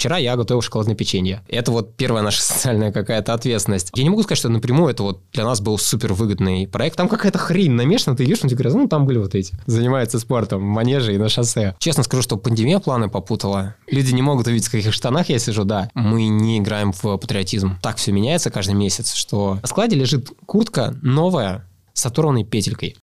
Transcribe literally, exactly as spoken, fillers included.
вчера я готовил шоколадное печенье. Это вот первая наша социальная какая-то ответственность. Я не могу сказать, что напрямую это вот для нас был супер выгодный проект. Там какая-то хрень намешана, ты идешь, ну тебе говорят, ну там были вот эти. Занимаются спортом в манеже и на шоссе. Честно скажу, что пандемия планы попутала. Люди не могут увидеть, в каких штанах я сижу, да. Мы не играем в патриотизм. Так все меняется каждый месяц, что на складе лежит куртка новая с оторванной петелькой.